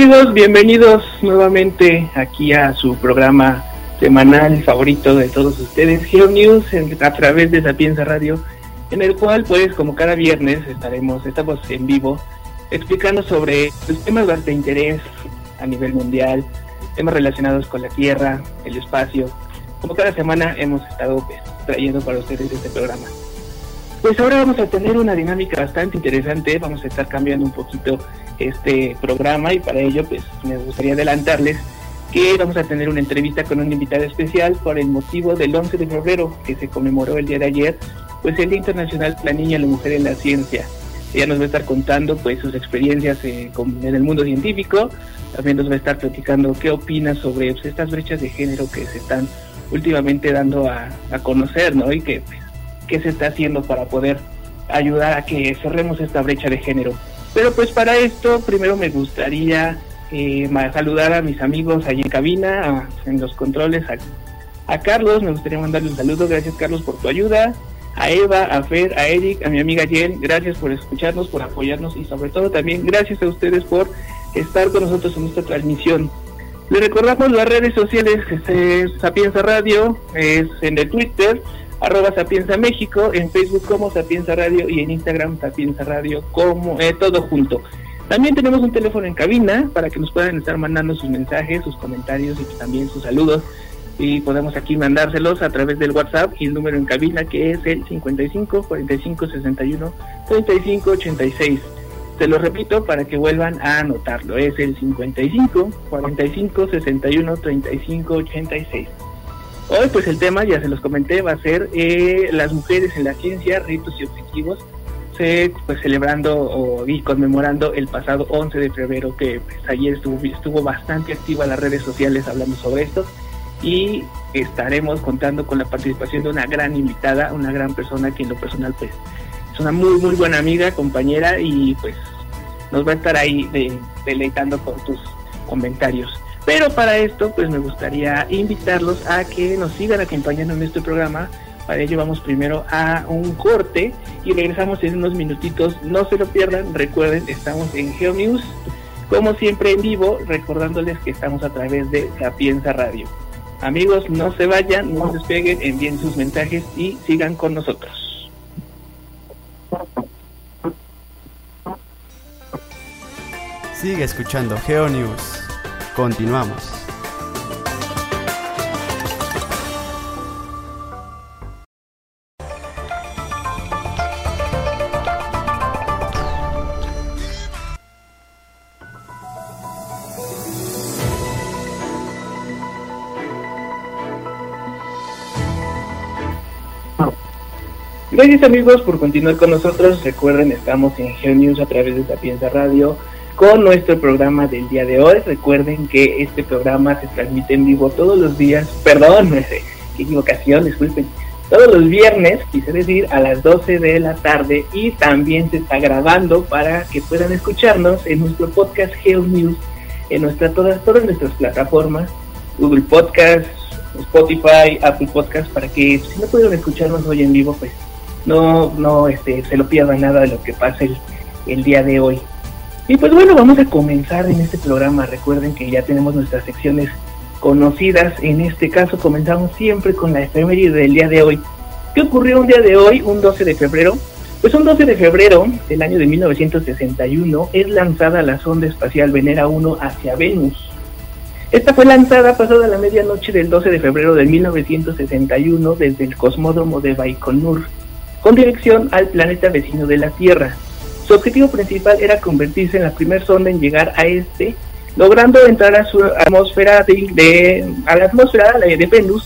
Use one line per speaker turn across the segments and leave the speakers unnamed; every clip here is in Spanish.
amigos? Bienvenidos nuevamente aquí a su programa semanal favorito de todos ustedes, GeoNews, a través de Sapienza Radio, en el cual pues como cada viernes estamos en vivo explicando sobre los temas de interés a nivel mundial, temas relacionados con la Tierra, el espacio. Como cada semana hemos estado trayendo para ustedes este programa. Pues ahora vamos a tener una dinámica bastante interesante, vamos a estar cambiando un poquito este programa y para ello pues me gustaría adelantarles que vamos a tener una entrevista con un invitado especial por el motivo del 11 de febrero que se conmemoró el día de ayer, pues el Día Internacional de la Niña y la Mujer en la Ciencia. Ella nos va a estar contando pues sus experiencias en el mundo científico, también nos va a estar platicando qué opina sobre pues, estas brechas de género que se están últimamente dando a conocer, ¿no? Y que qué se está haciendo para poder ayudar a que cerremos esta brecha de género. Pero pues para esto primero me gustaría saludar a mis amigos allí en cabina, en los controles, a Carlos, me gustaría mandarle un saludo, gracias Carlos por tu ayuda, a Eva, a Fer, a Eric, a mi amiga Jen, gracias por escucharnos, por apoyarnos y sobre todo también gracias a ustedes por estar con nosotros en esta transmisión. Les recordamos las redes sociales, Sapienza Radio, es en el Twitter, @Sapienza México, en Facebook como Sapienza Radio y en Instagram Sapienza Radio, como todo junto. También tenemos un teléfono en cabina para que nos puedan estar mandando sus mensajes, sus comentarios y también sus saludos y podemos aquí mandárselos a través del WhatsApp y el número en cabina que es el 55 45 61 35 86. Se lo repito para que vuelvan a anotarlo, es el 55 45 61 35 86. Hoy pues el tema, ya se los comenté, va a ser las mujeres en la ciencia, ritos y objetivos, pues celebrando y conmemorando el pasado 11 de febrero, que pues, ayer estuvo bastante activa en las redes sociales hablando sobre esto, y estaremos contando con la participación de una gran invitada, una gran persona que en lo personal pues es una muy muy buena amiga, compañera, y pues nos va a estar ahí deleitando con tus comentarios. Pero para esto, pues me gustaría invitarlos a que nos sigan acompañando en este programa. Para ello vamos primero a un corte y regresamos en unos minutitos. No se lo pierdan, recuerden, estamos en GeoNews, como siempre en vivo, recordándoles que estamos a través de Sapienza Radio. Amigos, no se vayan, no se despeguen, envíen sus mensajes y sigan con nosotros.
Sigue escuchando GeoNews. Continuamos.
Gracias amigos por continuar con nosotros. Recuerden, estamos en GeoNews a través de Sapienza Radio con nuestro programa del día de hoy. Recuerden que este programa se transmite en vivo todos los días, qué equivocación, disculpen, todos los viernes, quise decir, a las 12 de la tarde, y también se está grabando para que puedan escucharnos en nuestro podcast GeoNews, en todas nuestras plataformas, Google Podcast, Spotify, Apple Podcast, para que si no pudieron escucharnos hoy en vivo, pues no se lo pierdan nada de lo que pase el día de hoy. Y pues bueno, vamos a comenzar en este programa. Recuerden que ya tenemos nuestras secciones conocidas. En este caso comenzamos siempre con la efeméride del día de hoy. ¿Qué ocurrió un día de hoy, un 12 de febrero? Pues un 12 de febrero del año de 1961 es lanzada la sonda espacial Venera 1 hacia Venus. Esta fue lanzada pasada la medianoche del 12 de febrero de 1961 desde el cosmódromo de Baikonur, con dirección al planeta vecino de la Tierra. Su objetivo principal era convertirse en la primera sonda en llegar a logrando entrar a su atmósfera de Venus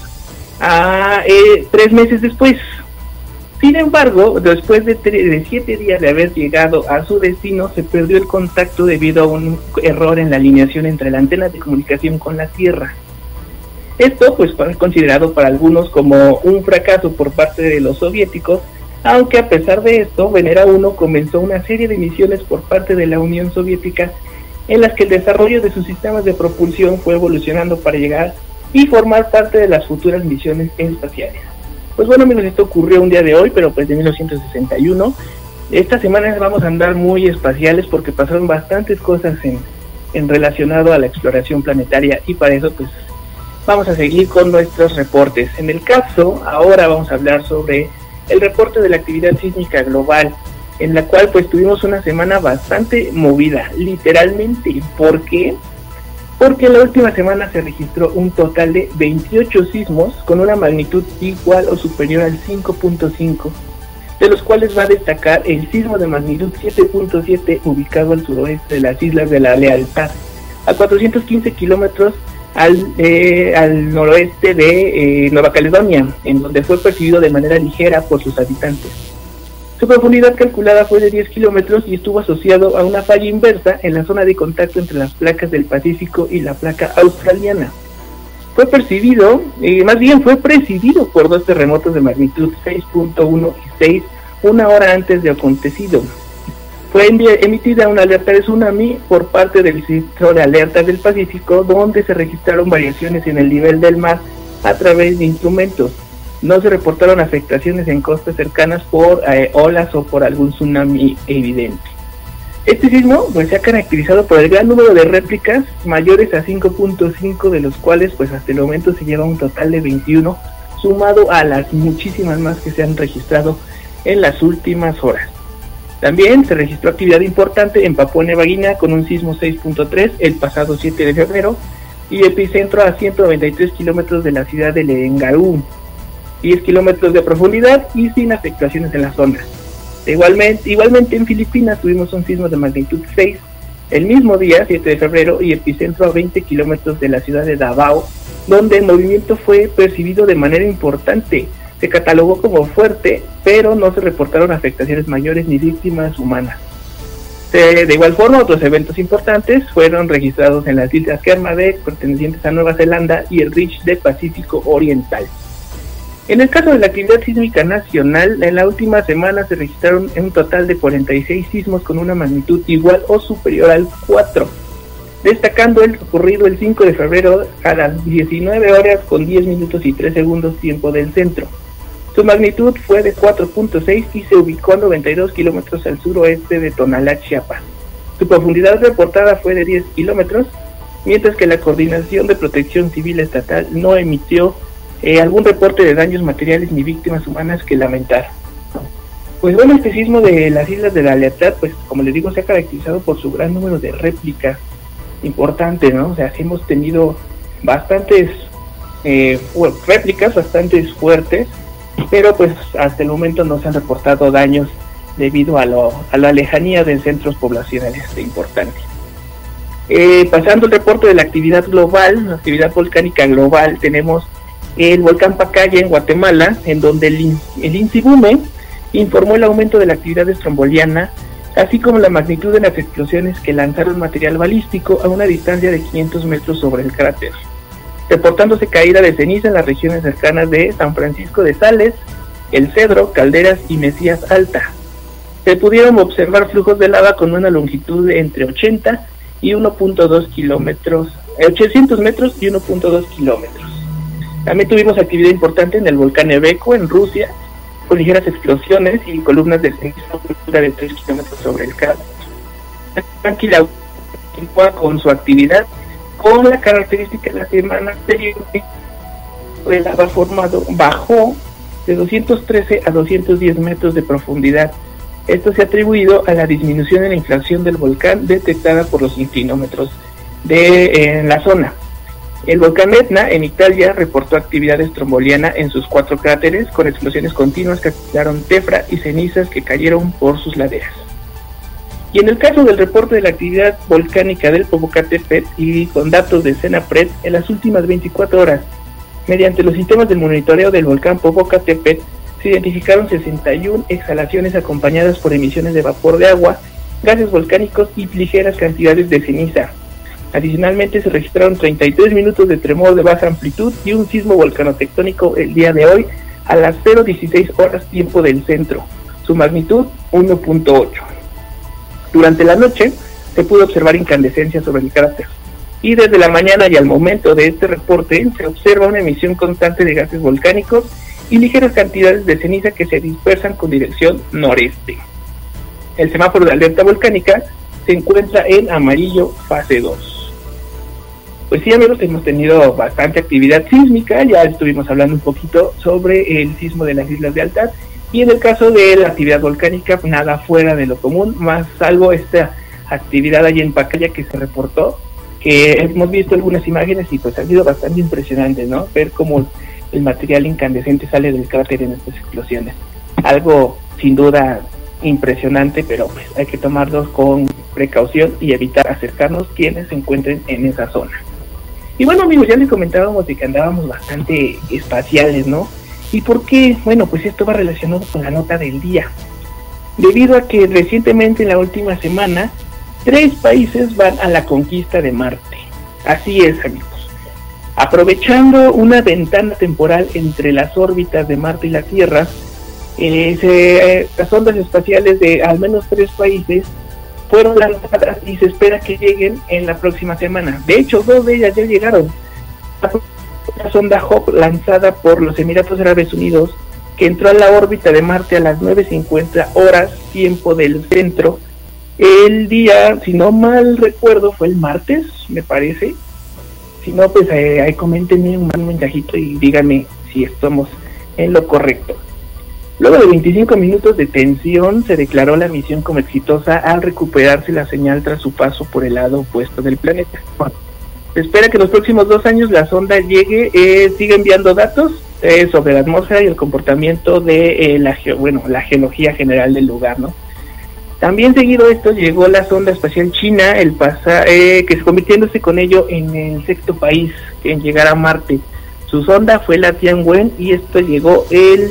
3 meses después. Sin embargo, después de 7 días de haber llegado a su destino, se perdió el contacto debido a un error en la alineación entre la antena de comunicación con la Tierra. Esto pues fue considerado para algunos como un fracaso por parte de los soviéticos, aunque a pesar de esto, Venera 1 comenzó una serie de misiones por parte de la Unión Soviética en las que el desarrollo de sus sistemas de propulsión fue evolucionando para llegar y formar parte de las futuras misiones espaciales. Pues bueno amigos, esto ocurrió un día de hoy, pero pues de 1961. Esta semana vamos a andar muy espaciales porque pasaron bastantes cosas en relacionado a la exploración planetaria, y para eso pues vamos a seguir con nuestros reportes. En el caso, ahora vamos a hablar sobre el reporte de la actividad sísmica global, en la cual pues tuvimos una semana bastante movida, literalmente. ¿Por qué? Porque la última semana se registró un total de 28 sismos con una magnitud igual o superior al 5.5, de los cuales va a destacar el sismo de magnitud 7.7 ubicado al suroeste de las Islas de la Lealtad, a 415 kilómetros al noroeste de Nueva Caledonia, en donde fue percibido de manera ligera por sus habitantes. Su profundidad calculada fue de 10 kilómetros y estuvo asociado a una falla inversa en la zona de contacto entre las placas del Pacífico y la placa australiana. Fue presidido por dos terremotos de magnitud 6.1 y 6, una hora antes de acontecido. Fue emitida una alerta de tsunami por parte del Centro de Alertas del Pacífico, donde se registraron variaciones en el nivel del mar a través de instrumentos. No se reportaron afectaciones en costas cercanas por olas o por algún tsunami evidente. Este sismo pues se ha caracterizado por el gran número de réplicas mayores a 5.5, de los cuales pues hasta el momento se lleva un total de 21, sumado a las muchísimas más que se han registrado en las últimas horas. También se registró actividad importante en Papúa Nueva Guinea con un sismo 6.3 el pasado 7 de febrero y epicentro a 193 kilómetros de la ciudad de Lerengarú, 10 kilómetros de profundidad y sin afectaciones en la zona. Igualmente en Filipinas tuvimos un sismo de magnitud 6 el mismo día, 7 de febrero, y epicentro a 20 kilómetros de la ciudad de Davao, donde el movimiento fue percibido de manera importante. Se catalogó como fuerte, pero no se reportaron afectaciones mayores ni víctimas humanas. De igual forma, otros eventos importantes fueron registrados en las islas Kermadec, pertenecientes a Nueva Zelanda, y el Ridge del Pacífico Oriental. En el caso de la actividad sísmica nacional, en la última semana se registraron un total de 46 sismos con una magnitud igual o superior al 4, destacando el ocurrido el 5 de febrero a las 19 horas con 10 minutos y 3 segundos tiempo del centro. Su magnitud fue de 4.6 y se ubicó a 92 kilómetros al suroeste de Tonalá, Chiapas. Su profundidad reportada fue de 10 kilómetros, mientras que la Coordinación de Protección Civil Estatal no emitió algún reporte de daños materiales ni víctimas humanas que lamentar. Pues bueno, este sismo de las Islas de la Lealtad, pues como les digo, se ha caracterizado por su gran número de réplicas importantes, ¿no? O sea, hemos tenido bastantes réplicas bastante fuertes, pero pues hasta el momento no se han reportado daños debido a la lejanía de centros poblacionales importantes. Pasando el reporte de la actividad global, la actividad volcánica global, tenemos el volcán Pacaya en Guatemala, en donde el INSIBUME informó el aumento de la actividad estromboliana, así como la magnitud de las explosiones que lanzaron material balístico a una distancia de 500 metros sobre el cráter, reportándose caída de ceniza en las regiones cercanas de San Francisco de Sales, El Cedro, Calderas y Mesías Alta. Se pudieron observar flujos de lava con una longitud de entre 80 y 1.2 kilómetros, 800 metros y 1.2 kilómetros. También tuvimos actividad importante en el volcán Eveco en Rusia, con ligeras explosiones y columnas de ceniza a una altura de 3 kilómetros sobre el cráter. Tranquila con su actividad, con la característica de la semana anterior, el lava formado bajó de 213 a 210 metros de profundidad. Esto se ha atribuido a la disminución en la inflación del volcán detectada por los inclinómetros en la zona. El volcán Etna en Italia reportó actividad estromboliana en sus 4 cráteres, con explosiones continuas que acumularon tefra y cenizas que cayeron por sus laderas. Y en el caso del reporte de la actividad volcánica del Popocatépetl y con datos de CENAPRED, en las últimas 24 horas, mediante los sistemas de monitoreo del volcán Popocatépetl, se identificaron 61 exhalaciones acompañadas por emisiones de vapor de agua, gases volcánicos y ligeras cantidades de ceniza. Adicionalmente se registraron 33 minutos de tremor de baja amplitud y un sismo volcanotectónico el día de hoy a las 0:16 horas tiempo del centro, su magnitud 1.8. Durante la noche se pudo observar incandescencia sobre el cráter, y desde la mañana y al momento de este reporte se observa una emisión constante de gases volcánicos y ligeras cantidades de ceniza que se dispersan con dirección noreste. El semáforo de alerta volcánica se encuentra en amarillo fase 2. Pues sí, amigos, hemos tenido bastante actividad sísmica, ya estuvimos hablando un poquito sobre el sismo de las Islas de Altad, y en el caso de la actividad volcánica, nada fuera de lo común, más salvo esta actividad allí en Pacaya que se reportó, que hemos visto algunas imágenes y pues ha sido bastante impresionante, ¿no? Ver cómo el material incandescente sale del cráter en estas explosiones. Algo sin duda impresionante, pero pues hay que tomarlos con precaución y evitar acercarnos quienes se encuentren en esa zona. Y bueno, amigos, ya les comentábamos de que andábamos bastante espaciales, ¿no? ¿Y por qué? Bueno, pues esto va relacionado con la nota del día. Debido a que recientemente, en la última semana, 3 países van a la conquista de Marte. Así es, amigos. Aprovechando una ventana temporal entre las órbitas de Marte y la Tierra, las ondas espaciales de al menos 3 países fueron lanzadas y se espera que lleguen en la próxima semana. De hecho, 2 de ellas ya llegaron. La sonda Hope, lanzada por los Emiratos Árabes Unidos, que entró a la órbita de Marte a las 9:50 horas, tiempo del centro. El día, si no mal recuerdo, fue el martes, me parece. Si no, pues ahí coméntenme un mensajito y díganme si estamos en lo correcto. Luego de 25 minutos de tensión, se declaró la misión como exitosa al recuperarse la señal tras su paso por el lado opuesto del planeta. Se espera que en los próximos 2 años la sonda siga enviando datos sobre la atmósfera y el comportamiento de la geología general del lugar, ¿no? También seguido esto llegó la sonda espacial china, que convirtiéndose con ello en el 6º país en llegar a Marte. Su sonda fue la Tianwen y esto llegó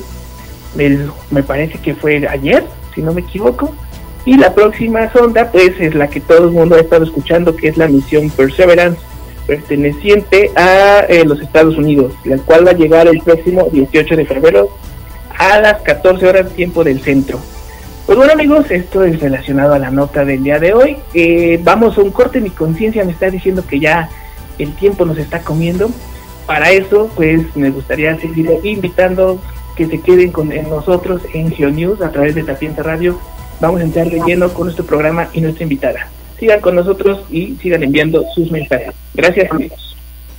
me parece que fue ayer, si no me equivoco. Y la próxima sonda pues es la que todo el mundo ha estado escuchando, que es la misión Perseverance, perteneciente a los Estados Unidos, la cual va a llegar el próximo 18 de febrero a las 14 horas tiempo del centro. Pues bueno, amigos, esto es relacionado a la nota del día de hoy. Vamos a un corte. Mi conciencia me está diciendo que ya el tiempo nos está comiendo. Para eso pues me gustaría seguir invitando que se queden con nosotros en GeoNews a través de Sapienza Radio. Vamos a entrar de lleno con nuestro programa y nuestra invitada. Sigan con nosotros y sigan enviando sus mensajes. Gracias, amigos.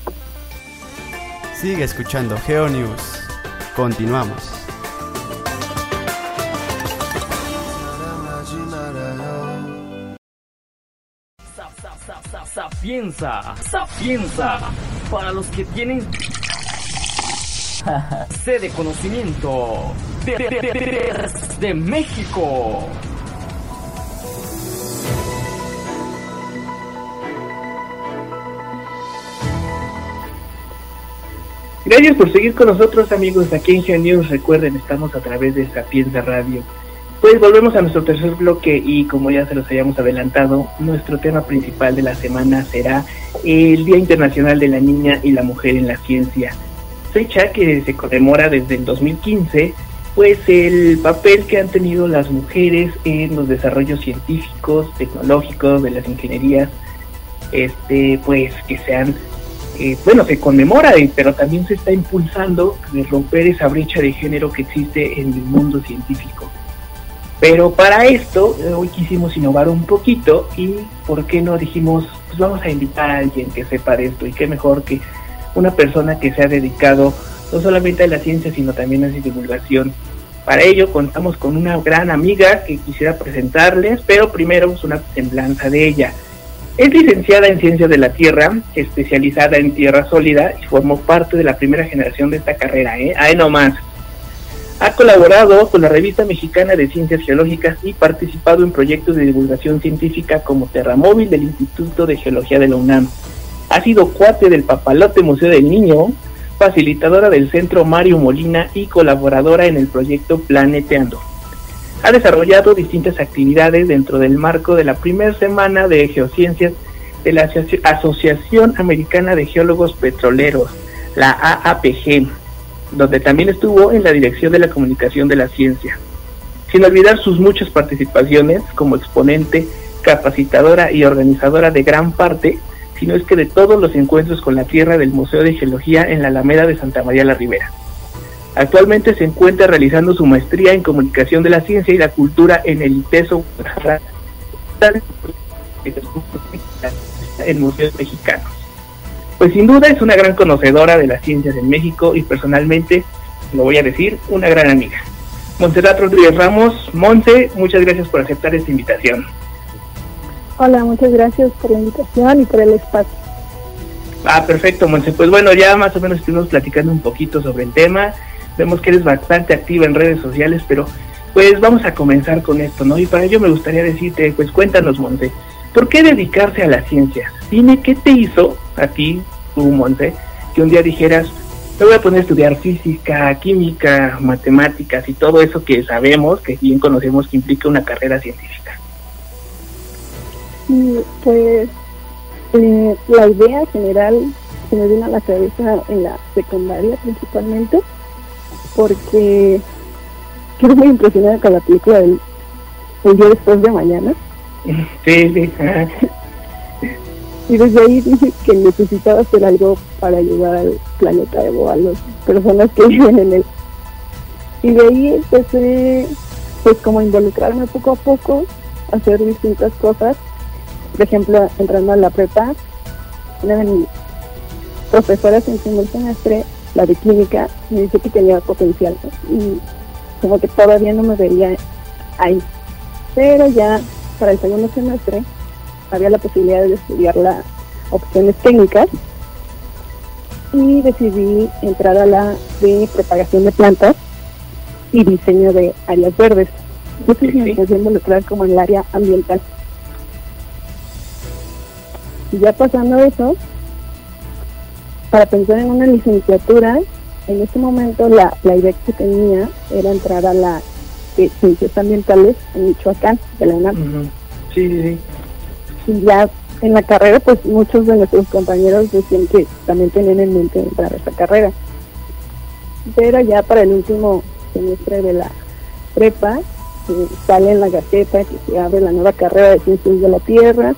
Sigue escuchando GeoNews. Continuamos.
Sapienza, para los que tienen sed de conocimiento de México.
Gracias por seguir con nosotros, amigos, aquí en GeoNews. Recuerden, estamos a través de Sapienza Radio. Pues volvemos a nuestro tercer bloque y como ya se los habíamos adelantado, nuestro tema principal de la semana será el Día Internacional de la Niña y la Mujer en la Ciencia. Fecha que se conmemora desde el 2015, pues el papel que han tenido las mujeres en los desarrollos científicos, tecnológicos, de las ingenierías, pues que se conmemora, pero también se está impulsando de romper esa brecha de género que existe en el mundo científico. Pero para esto, hoy quisimos innovar un poquito y, ¿por qué no? Dijimos, pues vamos a invitar a alguien que sepa de esto, y qué mejor que una persona que se ha dedicado no solamente a la ciencia, sino también a su divulgación. Para ello contamos con una gran amiga que quisiera presentarles, pero primero es una semblanza de ella. Es licenciada en Ciencias de la Tierra, especializada en Tierra Sólida, y formó parte de la primera generación de esta carrera, ahí nomás. Ha colaborado con la Revista Mexicana de Ciencias Geológicas y participado en proyectos de divulgación científica como Terramóvil del Instituto de Geología de la UNAM. Ha sido cuate del Papalote Museo del Niño, facilitadora del Centro Mario Molina y colaboradora en el proyecto Planeteando. Ha desarrollado distintas actividades dentro del marco de la primera semana de Geociencias de la Asociación Americana de Geólogos Petroleros, la AAPG, donde también estuvo en la dirección de la comunicación de la ciencia. Sin olvidar sus muchas participaciones como exponente, capacitadora y organizadora de gran parte, sino es que de todos los encuentros con la Tierra del Museo de Geología en la Alameda de Santa María la Ribera. Actualmente se encuentra realizando su maestría en Comunicación de la Ciencia y la Cultura en el ITESO en museos mexicanos. Pues sin duda es una gran conocedora de las ciencias en México y personalmente, lo voy a decir, una gran amiga. Montserrat Rodríguez Ramos. Monse, muchas gracias por aceptar esta invitación.
Hola, muchas gracias por la invitación y por el espacio.
Perfecto, Monse. Pues bueno, ya más o menos estuvimos platicando un poquito sobre el tema. Vemos que eres bastante activa en redes sociales, pero pues vamos a comenzar con esto, ¿no? Y para ello me gustaría decirte, pues cuéntanos, Monse, ¿por qué dedicarse a las ciencias? Dime, ¿qué te hizo a ti, tú, Monse, que un día dijeras, me voy a poner a estudiar física, química, matemáticas y todo eso que sabemos, que bien conocemos que implica una carrera científica?
Y pues la idea general se me vino a la cabeza en la secundaria principalmente, porque quedé muy impresionada con la película del El día después de mañana.
Sí.
Y desde ahí dije que necesitaba hacer algo para ayudar al planeta Evo, a las personas que viven en él. Y de ahí empecé, pues, como a involucrarme poco a poco, a hacer distintas cosas. Por ejemplo, entrando a la prepa, una de mis profesoras en primer semestre, la de química, me dijo que tenía potencial, ¿no? Y como que todavía no me veía ahí. Pero ya para el segundo semestre había la posibilidad de estudiar las opciones técnicas y decidí entrar a la de propagación de plantas y diseño de áreas verdes. Entonces me empecé a involucrar como en el área ambiental. Y ya pasando eso, para pensar en una licenciatura, en este momento la idea que tenía era entrar a la de ciencias ambientales en Michoacán, de la UNAM.
Uh-huh. Sí.
Y ya en la carrera, pues muchos de nuestros compañeros decían que también tenían en mente entrar a esta carrera. Pero ya para el último semestre de la prepa, sale en la Gaceta que se abre la nueva carrera de Ciencias de la Tierra.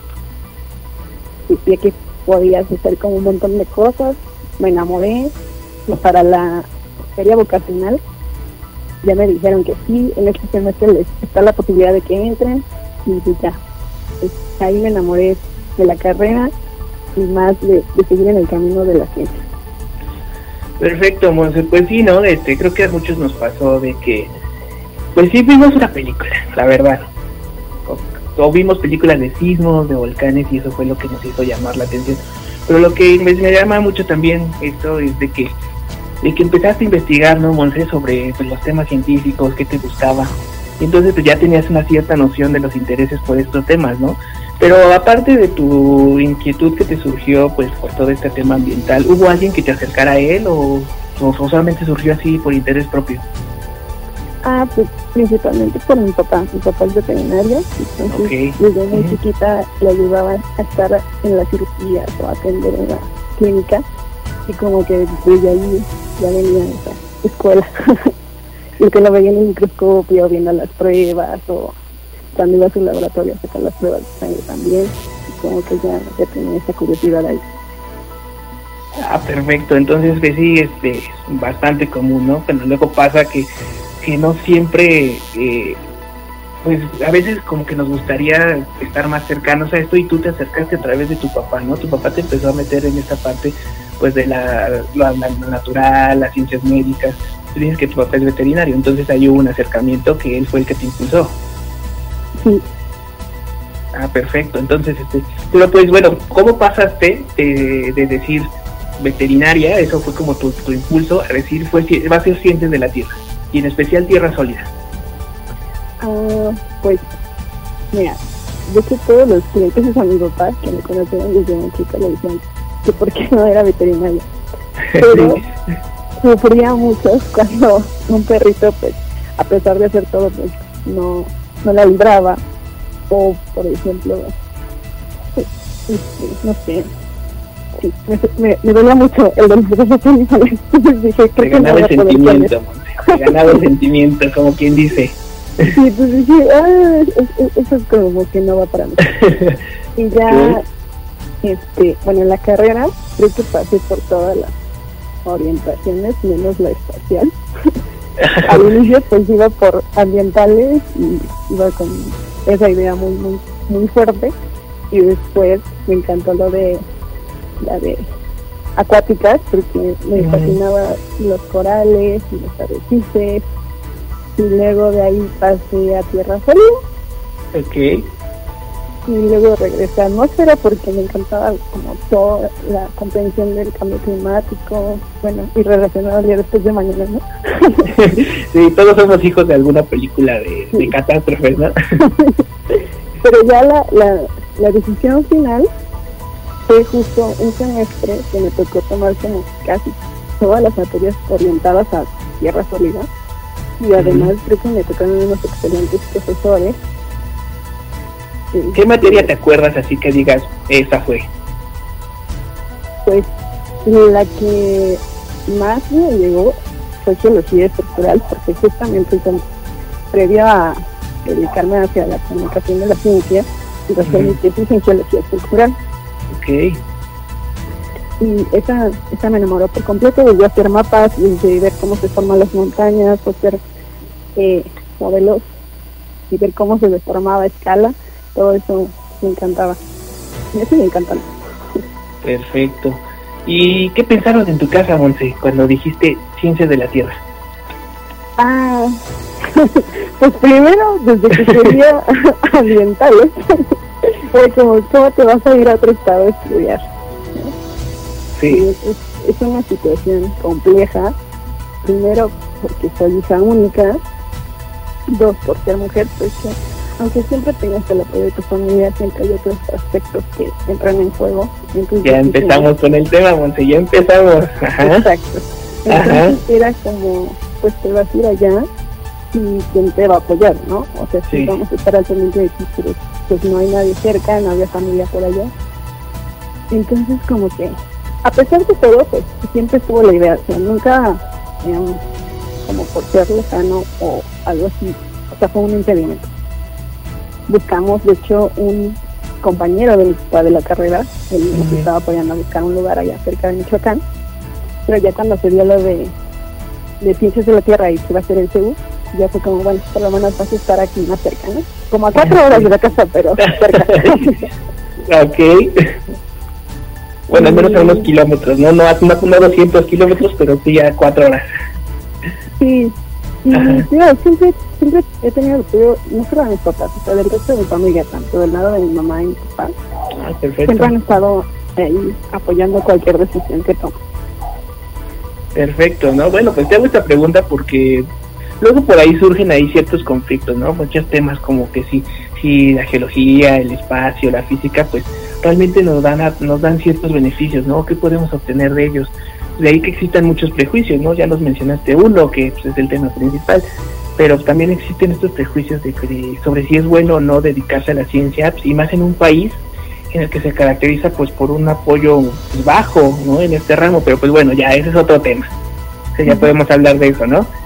Decía que podías hacer como un montón de cosas. Me enamoré. Y para la feria vocacional ya me dijeron que sí, en este semestre les está la posibilidad de que entren. Y pues ya, pues ahí me enamoré de la carrera y más de seguir en el camino de la ciencia.
Perfecto, Monse. Pues sí, ¿no? Creo que a muchos nos pasó de que, pues sí vimos una película, la verdad. O vimos películas de sismos, de volcanes, y eso fue lo que nos hizo llamar la atención. Pero lo que me llama mucho también esto es de que empezaste a investigar, ¿no, Monse, sobre pues, los temas científicos, qué te gustaba. Y entonces pues ya tenías una cierta noción de los intereses por estos temas, ¿no? Pero aparte de tu inquietud que te surgió pues por todo este tema ambiental, ¿hubo alguien que te acercara a él o solamente surgió así por interés propio?
Pues principalmente por mi papá. Mi papá es veterinario, entonces desde muy chiquita le ayudaba a estar en las cirugías o a atender en la clínica, y como que desde ahí ya venía a esa escuela. Y que lo veía en el microscopio viendo las pruebas, o cuando iba a su laboratorio a sacar las pruebas de sangre también, y como que ya tenía esa curiosidad ahí.
Perfecto. Entonces pues sí, es bastante común, ¿no? Pero luego pasa que no siempre, pues a veces como que nos gustaría estar más cercanos a esto, y tú te acercaste a través de tu papá, ¿no? Tu papá te empezó a meter en esta parte pues de la natural, las ciencias médicas. Tú dices que tu papá es veterinario, entonces ahí hubo un acercamiento que él fue el que te impulsó.
Sí.
Perfecto. Entonces, pero pues bueno, ¿cómo pasaste de decir veterinaria, eso fue como tu impulso, a decir va a ser ciencias de la tierra, y en especial tierra sólida?
Pues, mira, yo que todos los clientes a mi papá que me conocieron desde muy chica le decían que por qué no era veterinaria. Pero sufría mucho cuando un perrito, pues, a pesar de hacer todo, pues, no la libraba. O, por ejemplo, no sé, sí, me dolía mucho el de los animales. Entonces dije, creo que no voy a poder con eso.
Te ganaba el sentimiento, como quien dice.
Sí, entonces dije, eso es como que no va para mí. Y ya, bueno, en la carrera creo que pasé por todas las orientaciones, menos la espacial. Al inicio pues iba por ambientales y iba con esa idea muy muy muy fuerte, y después me encantó la de acuáticas, porque me fascinaba los corales y los arrecifes, y luego de ahí pasé a tierra fría.
Ok.
Y luego regresé a atmósfera porque me encantaba como toda la comprensión del cambio climático, bueno, y relacionado al día después de mañana, ¿no?
Sí, todos somos hijos de alguna película de catástrofes, ¿no?
Pero ya la decisión final fue justo un semestre que me tocó tomar como casi todas las materias orientadas a tierra sólida, y además creo que me tocaron unos excelentes profesores.
¿Qué materia te acuerdas así que digas, esa fue?
Pues la que más me llegó fue geología estructural, porque justamente previo a dedicarme hacia la comunicación de la ciencia, y hacer mi tesis en geología estructural.
Ok.
Y esa me enamoró por completo. Volví a hacer mapas y ver cómo se forman las montañas, hacer modelos y ver cómo se deformaba a escala. Todo eso me encantaba. Y eso me encantaba.
Perfecto. ¿Y qué pensaron en tu casa, Monse, cuando dijiste ciencias de la Tierra?
Pues primero, desde que quería ambientales, fue como, ¿cómo te vas a ir a otro estado a estudiar?
Sí.
Es una situación compleja. Primero, porque soy hija única. Dos, por ser mujer, pues que aunque siempre tengas el apoyo de tu familia, siempre hay otros aspectos que entran en juego. Entonces,
ya empezamos con el tema, Monse, ya empezamos. Ajá.
Exacto. Entonces era como, pues te vas a ir allá y quién te va a apoyar, ¿no? O sea, sí, vamos a estar al pendiente de ti, pero pues no hay nadie cerca, no había familia por allá. Entonces como que, a pesar de todo, pues siempre estuvo la idea, o sea, nunca como por ser lejano o algo así, o sea, fue un impedimento. Buscamos, de hecho, un compañero de mi papá de la carrera, él nos estaba apoyando a buscar un lugar allá cerca de Michoacán, pero ya cuando se dio lo de ciencias de la Tierra y que iba a ser el CEU, ya fue como, bueno, por lo menos vas a estar aquí más cerca, ¿no? Como a 4 horas de la casa, pero cerca.
Ok. Bueno, al menos a unos kilómetros, ¿no? No 200 kilómetros, pero sí a 4 horas.
Sí. Y siempre he tenido el apoyo, no solo de mis papás, o sea, del resto de mi familia, tanto del lado de mi mamá y mi papá.
Perfecto.
Siempre han estado ahí apoyando cualquier decisión que tome.
Perfecto, ¿no? Bueno, pues te hago esta pregunta porque luego por ahí surgen ahí ciertos conflictos, ¿no? Muchos temas como que si la geología, el espacio, la física, pues realmente nos dan ciertos beneficios, ¿no? ¿Qué podemos obtener de ellos? De ahí que existan muchos prejuicios, ¿no? Ya nos mencionaste uno, que pues, es el tema principal, pero también existen estos prejuicios sobre si es bueno o no dedicarse a la ciencia, y más en un país en el que se caracteriza pues por un apoyo pues, bajo, ¿no? En este ramo, pero pues bueno, ya ese es otro tema. O sea, ya podemos hablar de eso, ¿no?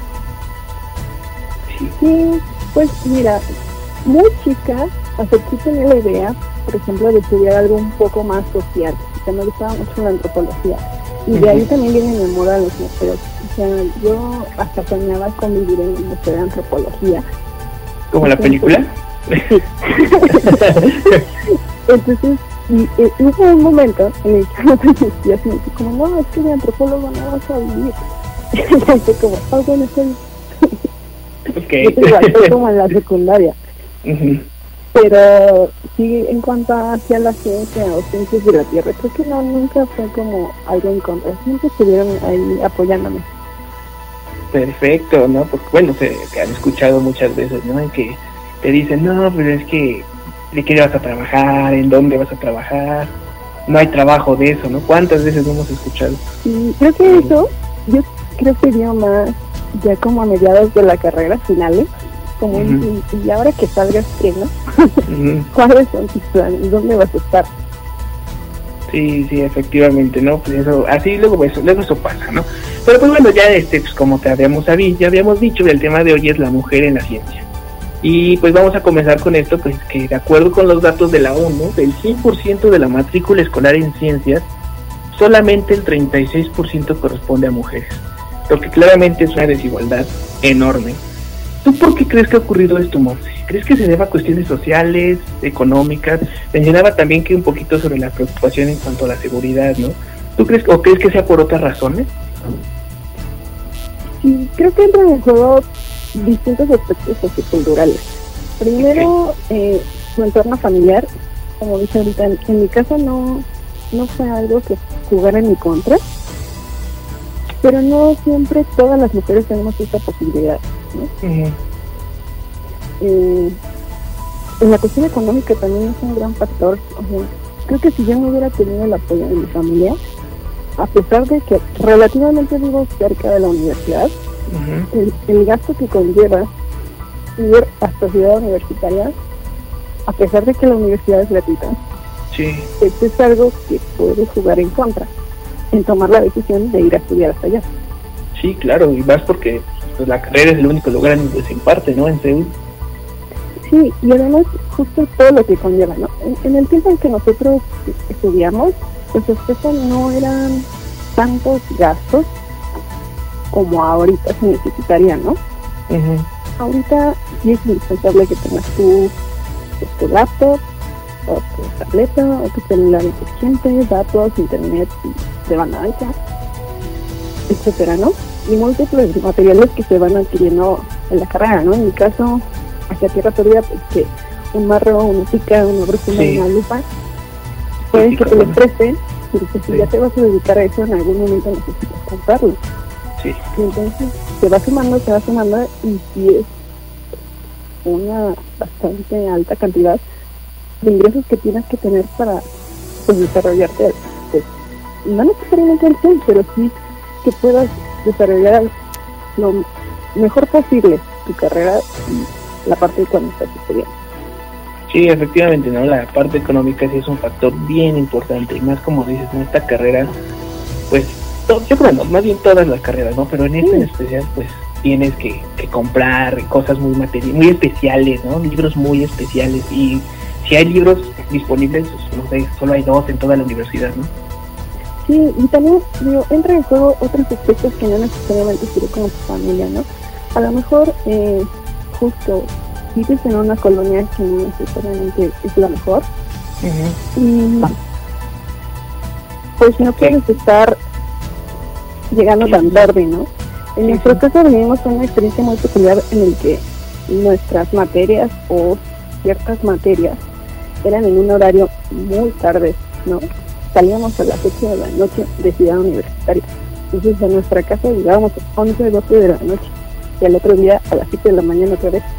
Sí, pues mira, muy chica, hasta aquí tenía la idea, por ejemplo, de estudiar algo un poco más social, que me gustaba mucho la antropología. Y de ahí también viene mi amor a los museos. O sea, yo hasta soñaba con vivir en un museo de antropología.
¿Como la película?
Sí. Entonces, hubo un momento en el que no te así, como, no, es que de antropólogo no vas a vivir. Y así como, bueno, estoy...
Okay.
Igual, fue como en la secundaria. Pero sí, en cuanto hacia la ciencia o ciencias de la Tierra, creo que no, nunca fue como algo en contra, siempre estuvieron ahí apoyándome.
Perfecto, ¿no? Porque bueno, se han escuchado muchas veces, ¿no? En que te dicen, no, pero es que ¿de qué vas a trabajar? ¿En dónde vas a trabajar? No hay trabajo de eso, ¿no? ¿Cuántas veces lo hemos escuchado?
Sí, creo que eso, yo creo que dio más ya como a mediados de la carrera, finales, como y ahora que salgas, ¿qué, no? ¿Cuáles son tus planes? ¿Dónde vas a estar?
Sí, efectivamente, ¿no? Pues eso, así luego eso pasa, ¿no? Pero pues bueno, ya pues como ya habíamos dicho, el tema de hoy es la mujer en la ciencia. Y pues vamos a comenzar con esto, pues que de acuerdo con los datos de la ONU, del 100% de la matrícula escolar en ciencias, solamente el 36% corresponde a mujeres, lo que claramente es una desigualdad enorme. ¿Tú por qué crees que ha ocurrido esto, Monse? ¿Crees que se deba a cuestiones sociales, económicas? Mencionaba también que un poquito sobre la preocupación en cuanto a la seguridad, ¿no? ¿Tú crees que sea por otras razones?
Sí, creo que entran en juego distintos aspectos socioculturales. Primero, su entorno familiar, como dice ahorita, en mi casa no fue algo que jugara en mi contra, pero no siempre todas las mujeres tenemos esta posibilidad, ¿no? En la cuestión económica también es un gran factor. O sea, creo que si yo no hubiera tenido el apoyo de mi familia, a pesar de que relativamente vivo cerca de la universidad, el gasto que conlleva ir hasta Ciudad Universitaria, a pesar de que la universidad es gratuita, esto es algo que puede jugar en contra, en tomar la decisión de ir a estudiar hasta allá.
Sí, claro, y más porque pues, la carrera es el único lugar en donde se imparte, ¿no? En Seúl.
Sí, y además justo todo lo que conlleva, ¿no? En el tiempo en que nosotros estudiamos, pues estos no eran tantos gastos como ahorita se necesitaría, ¿no? Ahorita sí es indispensable que tengas tu laptop, o tu tableta, o tu celular inteligente, datos, internet de banda alta, etcétera, ¿no? Y múltiples materiales que se van adquiriendo en la carrera, ¿no? En mi caso, hacia tierra todavía, pues que un marro, una pica, una brújula, una lupa, pueden que te lo presten, pero pues si ya te vas a dedicar a eso, en algún momento necesitas comprarlo.
Sí.
Y entonces se va sumando, y si es una bastante alta cantidad de ingresos que tienes que tener para pues desarrollarte, pues, no necesariamente al 100, pero sí que puedas desarrollar lo mejor posible tu carrera y la parte de cuando estás estudiando.
Sí, efectivamente, ¿no? La parte económica sí es un factor bien importante, y más como dices, en esta carrera, pues, yo creo, no, más bien todas las carreras, ¿no? Pero en esta en especial, pues, tienes que comprar cosas muy especiales, ¿no? Libros muy especiales, y si hay libros disponibles, pues, no sé, solo hay 2 en toda la universidad, ¿no?
Sí, y también, digo, entra en juego otros aspectos que no necesariamente sirven como tu familia, ¿no? A lo mejor, justo, vives en una colonia que no necesariamente es la mejor, y pues no puedes estar llegando tan tarde, ¿no? En nuestro caso vivimos una experiencia muy peculiar en el que nuestras materias o ciertas materias eran en un horario muy tarde, ¿no? Salíamos a las 8 de la noche de Ciudad Universitaria. Entonces a nuestra casa llegábamos a 11, 12 de la noche y al otro día a las 7 de la mañana otra vez.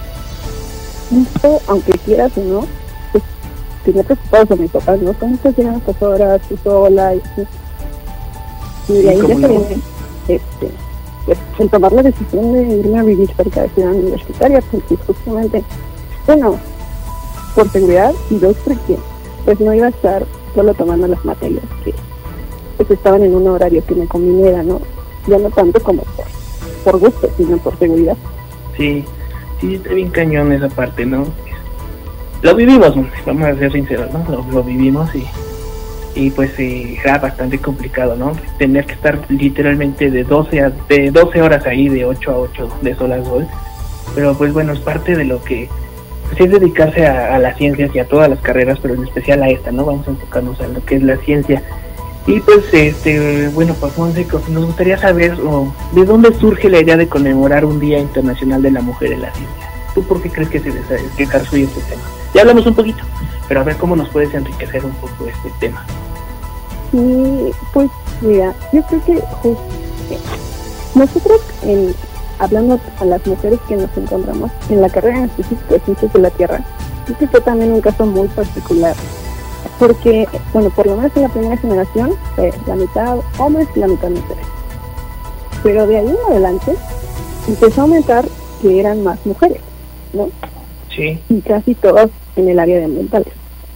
Esto, aunque quieras o no, pues tenía preocupados a mis papás, ¿no? ¿Cómo estás llegando a estas horas, tú sola? Y de ahí ya se viene pues, el tomar la decisión de irme a vivir cerca de Ciudad Universitaria, porque justamente, bueno, por seguridad, y 2, porque pues no iba a estar solo tomando las materias que pues estaban en un horario que me conviniera, ¿no? Ya no tanto como por gusto, sino por seguridad.
Sí, está bien cañón esa parte, ¿no? Lo vivimos, vamos a ser sinceros, ¿no? Lo vivimos y pues era bastante complicado, ¿no? Tener que estar literalmente de 12 horas ahí, de 8 a 8, de sol a sol. Pero pues bueno, es parte de lo que pues, es dedicarse a las ciencias y a todas las carreras, pero en especial a esta, ¿no? Vamos a enfocarnos en lo que es la ciencia. Y pues, bueno, pues Monse, nos gustaría saber de dónde surge la idea de conmemorar un Día Internacional de la Mujer en la Ciencia. ¿Tú por qué crees que surge este tema? Ya hablamos un poquito, pero a ver cómo nos puedes enriquecer un poco este tema.
Sí, pues mira, yo creo que nosotros, hablando a las mujeres que nos encontramos en la carrera en específico de Ciencias de la Tierra, creo que fue también un caso muy particular. Porque, bueno, por lo menos en la primera generación fue la mitad hombres y la mitad mujeres. Pero de ahí en adelante empezó a aumentar que eran más mujeres, ¿no?
Sí. Y
casi todas en el área de ambientales.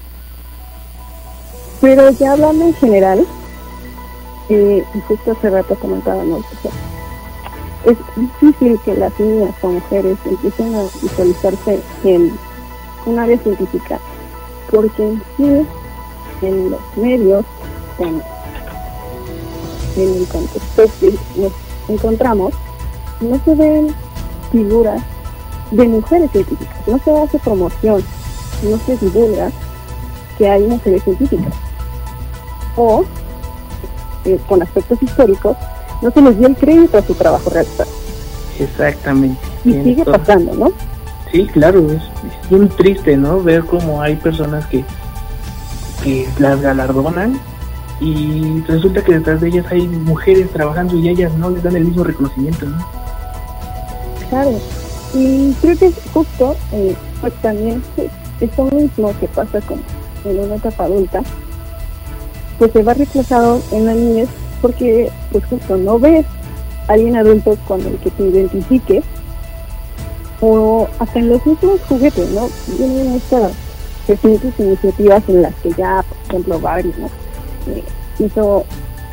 Pero ya hablando en general, y justo hace rato comentábamos, o sea, es difícil que las niñas o mujeres empiecen a visualizarse en un área científica, porque en sí, en los medios, en el contexto que nos encontramos, no se ven figuras de mujeres científicas. No se hace promoción, no se divulga que hay mujeres científicas. O, con aspectos históricos, no se les dio el crédito a su trabajo realizado.
Exactamente.
Y sigue pasando, ¿no?
Sí, claro, es bien triste, ¿no? Ver cómo hay personas que las galardonan y resulta que detrás de ellas hay mujeres trabajando y ellas no les dan el mismo reconocimiento, ¿no?
Claro, y creo que es justo, pues también esto mismo que pasa como en una etapa adulta, pues se va reflejado en la niñez, porque pues justo no ves a alguien adulto con el que te identifiques, o hasta en los mismos juguetes, ¿no? Vienen estas recientes iniciativas en las que ya, por ejemplo, Barbie, ¿no? Hizo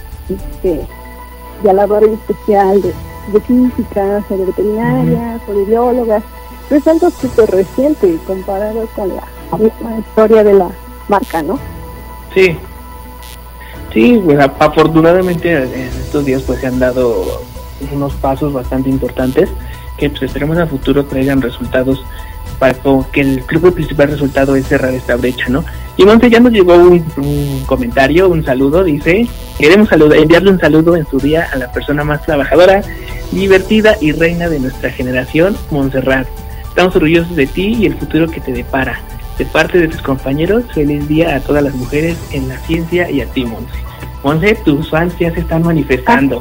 ya laboratorio especial de física, sobre veterinaria, sobre biólogas, pero es algo súper reciente comparado con la misma historia de la marca, ¿no?
Sí, pues afortunadamente en estos días pues se han dado unos pasos bastante importantes que pues esperemos a futuro traigan resultados para que el principal resultado es cerrar esta brecha, ¿no? Y Monse, ya nos llegó un comentario, un saludo, dice: queremos enviarle un saludo en su día a la persona más trabajadora, divertida y reina de nuestra generación, Montserrat. Estamos orgullosos de ti y el futuro que te depara. De parte de tus compañeros, feliz día a todas las mujeres en la ciencia y a ti, Monse. Monse, tus fans ya se están manifestando.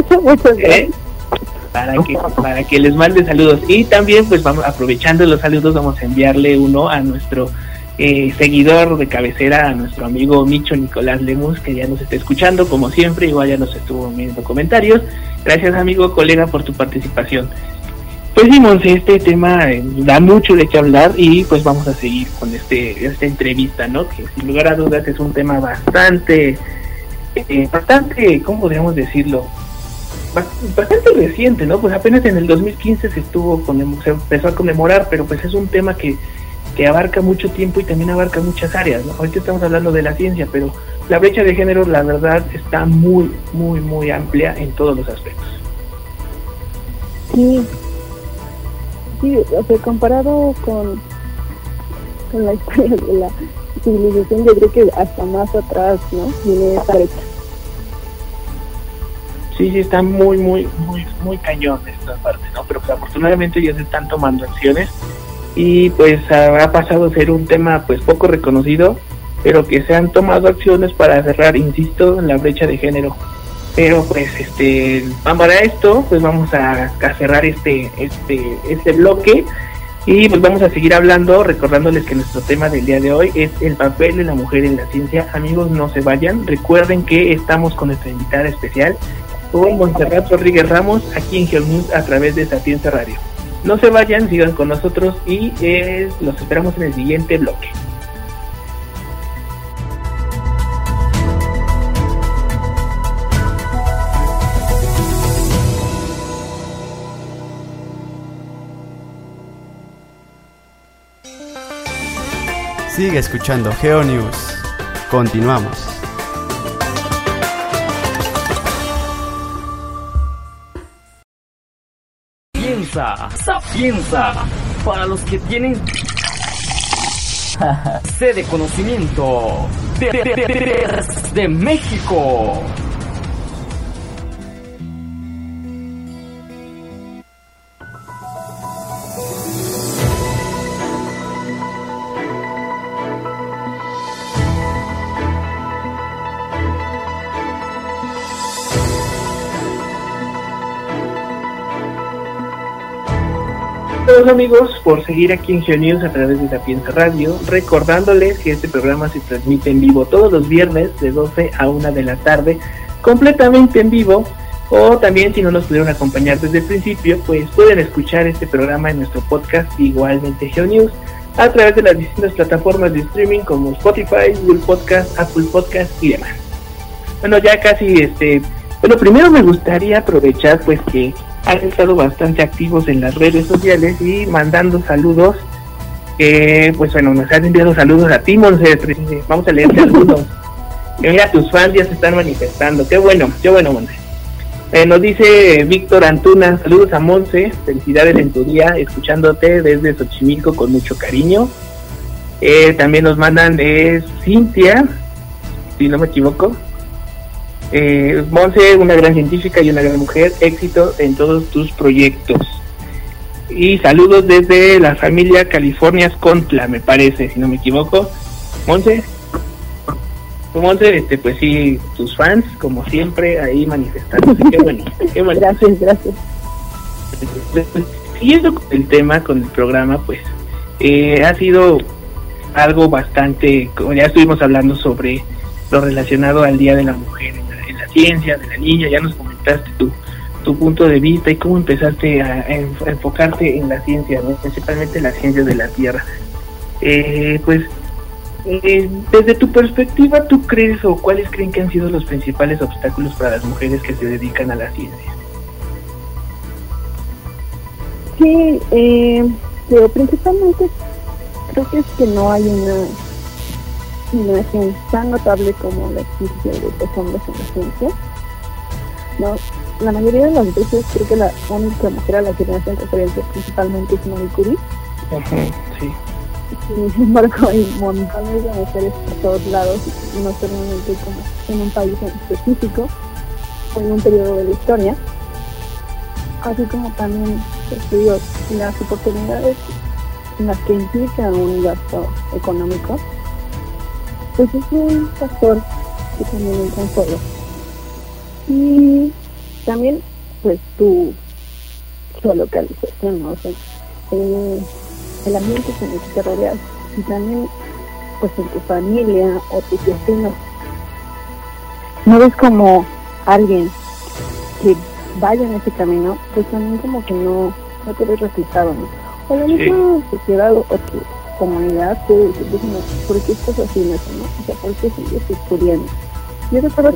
Para que les mande saludos. Y también, pues vamos, aprovechando los saludos, vamos a enviarle uno a nuestro seguidor de cabecera, a nuestro amigo Micho Nicolás Lemus, que ya nos está escuchando, como siempre, igual ya nos estuvo viendo comentarios. Gracias, amigo, colega, por tu participación. Pues sí, Monse, este tema da mucho de qué hablar y pues vamos a seguir con esta entrevista, ¿no? Que sin lugar a dudas es un tema bastante, ¿cómo podríamos decirlo? Bastante reciente, ¿no? Pues apenas en el 2015 se empezó a conmemorar, pero pues es un tema que abarca mucho tiempo y también abarca muchas áreas, ¿no? Ahorita estamos hablando de la ciencia, pero la brecha de género, la verdad, está muy, muy, muy amplia en todos los aspectos.
Sí, o sea, comparado con la historia de la civilización, yo creo que hasta más atrás, ¿no? Viene esta brecha.
Sí, está muy, muy, muy, muy cañón esta parte, ¿no? Pero pues afortunadamente ya se están tomando acciones y pues ha pasado a ser un tema pues poco reconocido, pero que se han tomado acciones para cerrar, insisto, la brecha de género. Pero pues para esto pues vamos a cerrar este bloque y pues vamos a seguir hablando, recordándoles que nuestro tema del día de hoy es el papel de la mujer en la ciencia. Amigos, no se vayan, recuerden que estamos con nuestra invitada especial, con Montserrat Rodríguez Ramos, aquí en GeoNews a través de Sapienza Radio. No se vayan, sigan con nosotros y los esperamos en el siguiente bloque.
Sigue escuchando GeoNews. Continuamos.
Sapienza, para los que tienen sed de conocimiento de México.
Todos amigos, por seguir aquí en GeoNews a través de Sapienza Radio, recordándoles que este programa se transmite en vivo todos los viernes de 12 a 1 de la tarde, completamente en vivo, o también si no nos pudieron acompañar desde el principio, pues pueden escuchar este programa en nuestro podcast, igualmente GeoNews, a través de las distintas plataformas de streaming como Spotify, Google Podcast, Apple Podcast y demás. Bueno, ya casi primero me gustaría aprovechar pues que han estado bastante activos en las redes sociales y mandando saludos. Pues bueno, nos han enviado saludos a ti, Monse. Vamos a leer saludos. Mira, tus fans ya se están manifestando. Qué bueno, Monse. Nos dice Víctor Antuna, saludos a Monse, felicidades en tu día, escuchándote desde Xochimilco con mucho cariño. También nos mandan Cintia, si no me equivoco. Monse, una gran científica y una gran mujer, éxito en todos tus proyectos. Y saludos desde la familia California Escontla, me parece, si no me equivoco. Monse, pues sí, tus fans, como siempre, ahí manifestándose. Qué bueno, qué bueno.
Gracias.
Siguiendo con el tema, con el programa, pues ha sido algo bastante, como ya estuvimos hablando sobre lo relacionado al Día de la Mujer en la ciencia, de la niña, ya nos comentaste tu punto de vista y cómo empezaste a enfocarte en la ciencia, ¿no? Principalmente la ciencia de la Tierra. Desde tu perspectiva, ¿tú crees o cuáles creen que han sido los principales obstáculos para las mujeres que se dedican a la ciencia?
Sí, pero principalmente creo que es que no hay una innovación tan notable como la existencia de los hombres en la ciencia, ¿no? La mayoría de las veces creo que la única mujer a la que me hacen referencia principalmente es Marie Curie.
Sí.
Sin embargo, hay montones de mujeres por todos lados, no solamente como en un país en específico o en un periodo de la historia, así como también las oportunidades en las que implica un gasto económico, pues es un factor que también entra en juego. Y también pues tu geolocalización, ¿no? O sea, el ambiente en el que te rodeas y también pues en tu familia o tus vecinos no ves como alguien que vaya en ese camino, pues también como que no te ves reflejado, ¿no? O la misma sociedad o tu comunidad te dice, no, ¿por qué estás haciendo eso, no? O sea, ¿por qué sigues estudiando? Yo recuerdo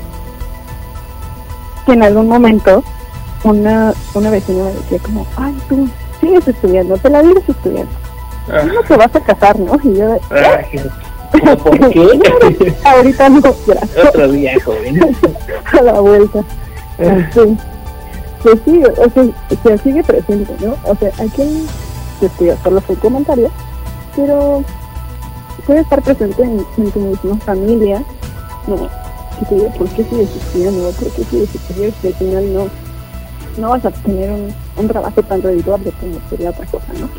que en algún momento una vecina me decía como, ay, tú sigues estudiando, te la vives estudiando, no te vas a casar, ¿no? Y yo
¿por qué?
Ahorita no, gracias.
Otro día, joven.
A la vuelta. Sí. Pues sí, o sea, sigue presente, ¿no? O sea, aquí estudia solo fue comentario, pero puede estar presente en tu misma familia, ¿no? Que te diga, ¿por qué sigues estudiando? ¿Por qué sigues estudiando? Que al final no vas a tener un trabajo tan redituable como sería otra cosa, ¿no?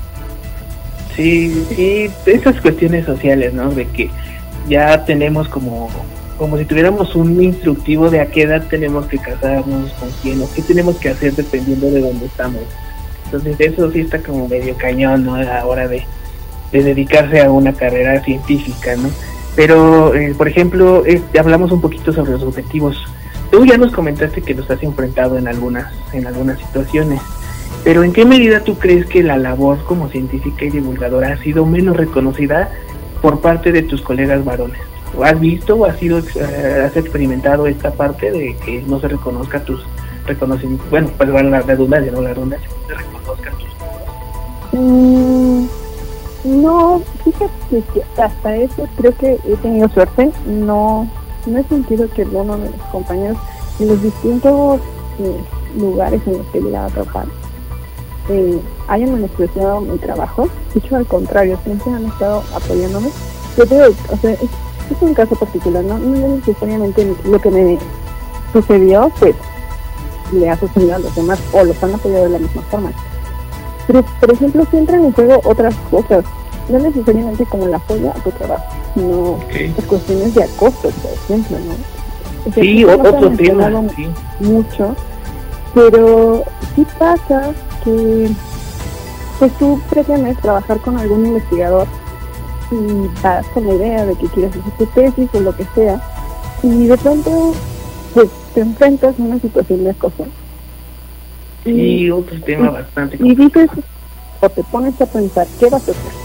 Sí, esas cuestiones sociales, ¿no? De que ya tenemos como si tuviéramos un instructivo de a qué edad tenemos que casarnos, con quién, o qué tenemos que hacer dependiendo de dónde estamos. Entonces eso sí está como medio cañón, ¿no? A la hora de dedicarse a una carrera científica, ¿no? Pero, por ejemplo, hablamos un poquito sobre los objetivos. Tú ya nos comentaste que los has enfrentado en algunas situaciones, pero ¿en qué medida tú crees que la labor como científica y divulgadora ha sido menos reconocida por parte de tus colegas varones? ¿O has visto o has experimentado esta parte de que no se reconozca tus reconocimientos? Bueno, pues van la redundancia, ¿no? La redundancia, no se reconozcan tus...
No, fíjate que hasta eso creo que he tenido suerte. No he sentido que alguno de mis compañeros en los distintos lugares en los que he llegado a trabajar hayan menospreciado mi trabajo. De hecho, al contrario, siempre han estado apoyándome. Yo digo, o sea, es un caso particular, no necesariamente lo que me sucedió pues le ha sucedido a los demás o los han apoyado de la misma forma. Pero, por ejemplo, si entran en juego otras cosas, no necesariamente como el apoyo a tu trabajo, sino las cuestiones de acoso, por ejemplo, ¿no? O sea,
sí, otro tema, sí.
Mucho, pero sí pasa que pues tú pretendes trabajar con algún investigador y vas con la idea de que quieres hacer tu tesis o lo que sea, y de pronto pues te enfrentas a una situación de acoso.
Sí, otro tema bastante
complicado. Y dices, o te pones a pensar, ¿qué vas a hacer?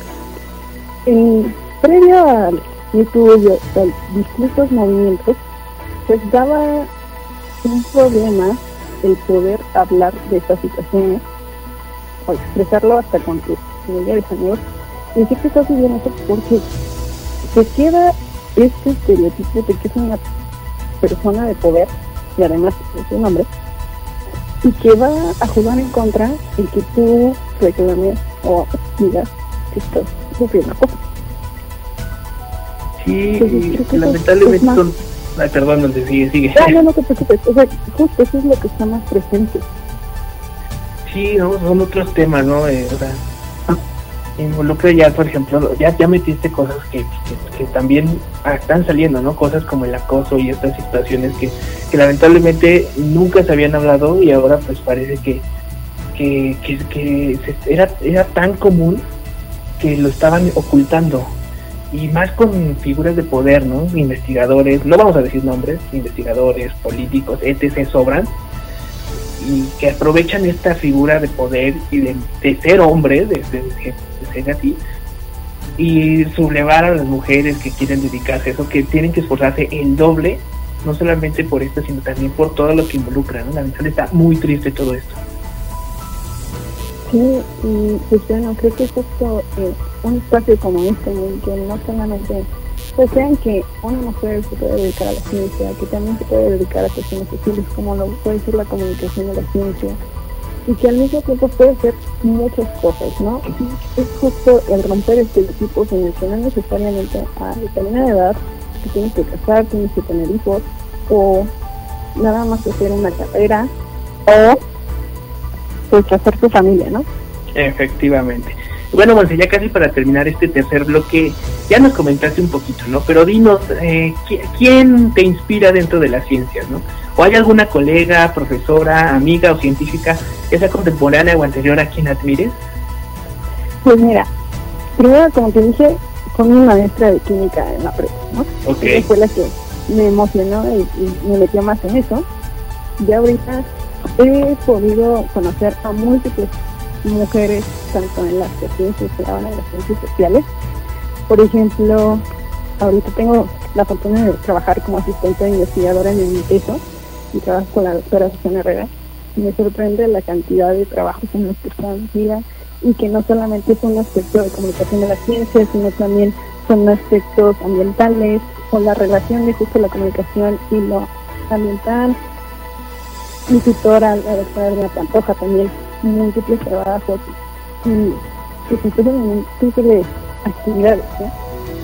Previo al estudio de distintos movimientos, pues daba un problema el poder hablar de estas situaciones o expresarlo hasta con tus familiares, amigos, y decir que estás viviendo eso, porque te queda este estereotipo de que es una persona de poder y además es un hombre, y que va a jugar en contra y que tú reclames o digas que estás sufriendo cosas.
Sí,
Entonces,
lamentablemente son... Ay, perdón, donde sigue.
No te preocupes, o sea, justo eso es lo que está más presente.
Sí, no, son otros temas, ¿no? O sea, involucra ya, por ejemplo, ya metiste cosas que también están saliendo, ¿no? Cosas como el acoso y estas situaciones que lamentablemente nunca se habían hablado y ahora pues parece que era tan común que lo estaban ocultando, y más con figuras de poder, ¿no? Investigadores, no vamos a decir nombres, investigadores, políticos, etc. sobran, y que aprovechan esta figura de poder y de ser hombres, de ser así, y sublevar a las mujeres que quieren dedicarse a eso, que tienen que esforzarse el doble, no solamente por esto, sino también por todo lo que involucra, ¿no? La verdad está muy triste todo esto.
Sí, y pues bueno, creo que es justo un espacio como este, en el que no solamente pues vean que una mujer se puede dedicar a la ciencia, que también se puede dedicar a cuestiones sociales como lo puede ser la comunicación de la ciencia, y que al mismo tiempo puede ser muchas cosas, ¿no? Es justo el romper estereotipos en el que no necesariamente a determinada edad que tienes que casar, tienes que tener hijos, o nada más hacer una carrera, o pues hacer tu familia, ¿no?
Efectivamente. Bueno, Monse, ya casi para terminar este tercer bloque, ya nos comentaste un poquito, ¿no? Pero dinos, ¿quién te inspira dentro de las ciencias, ¿no? ¿O hay alguna colega, profesora, amiga o científica, ya sea contemporánea o anterior, a quien admires?
Pues mira, primero, como te dije, con mi maestra de química en la prepa, ¿no?
Okay.
Ella fue la que me emocionó y me metió más en eso. Ya ahorita he podido conocer a múltiples mujeres, tanto en las ciencias que en las ciencias sociales. Por ejemplo, ahorita tengo la fortuna de trabajar como asistente de investigadora en el INTESO y trabajo con la doctora Susana Herrera. Y me sorprende la cantidad de trabajos en los que están metidas, y que no solamente es un aspecto de comunicación de la ciencia, sino también son aspectos ambientales, o la relación de justo la comunicación y lo ambiental. Mi tutora, la doctora Adriana Pantoja, también múltiples trabajos y se empiezan en múltiples actividades, ¿no?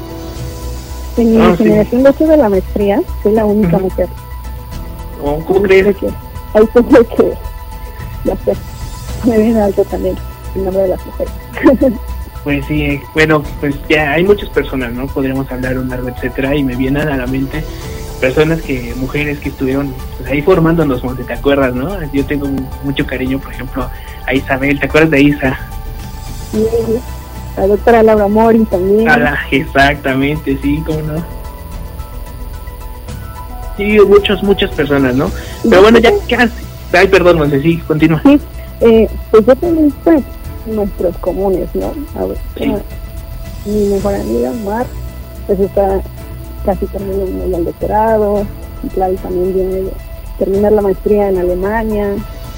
En mi generación, de hecho, de la maestría, soy la única mujer.
¿Cómo crees?
Que ahí tengo que hacer, me viene alto también el nombre de las mujeres.
Pues sí, bueno, pues ya hay muchas personas, ¿no? Podríamos hablar un largo etcétera, y me vienen a la mente personas mujeres que estuvieron pues ahí formándonos, Monte, ¿te acuerdas, no? Yo tengo mucho cariño, por ejemplo, a Isabel, ¿te acuerdas de Isa?
Sí, la doctora Laura Mori también.
Exactamente, sí, cómo no. Sí, muchas personas, ¿no? Pero bueno, ya casi. Ay, perdón, Monte, sí, continúa.
Sí, pues yo también, pues, nuestros comunes, ¿no? A ver,
sí.
Mi mejor amiga, Mar, pues está casi terminando el doctorado, y Claudia también viene de terminar la maestría en Alemania.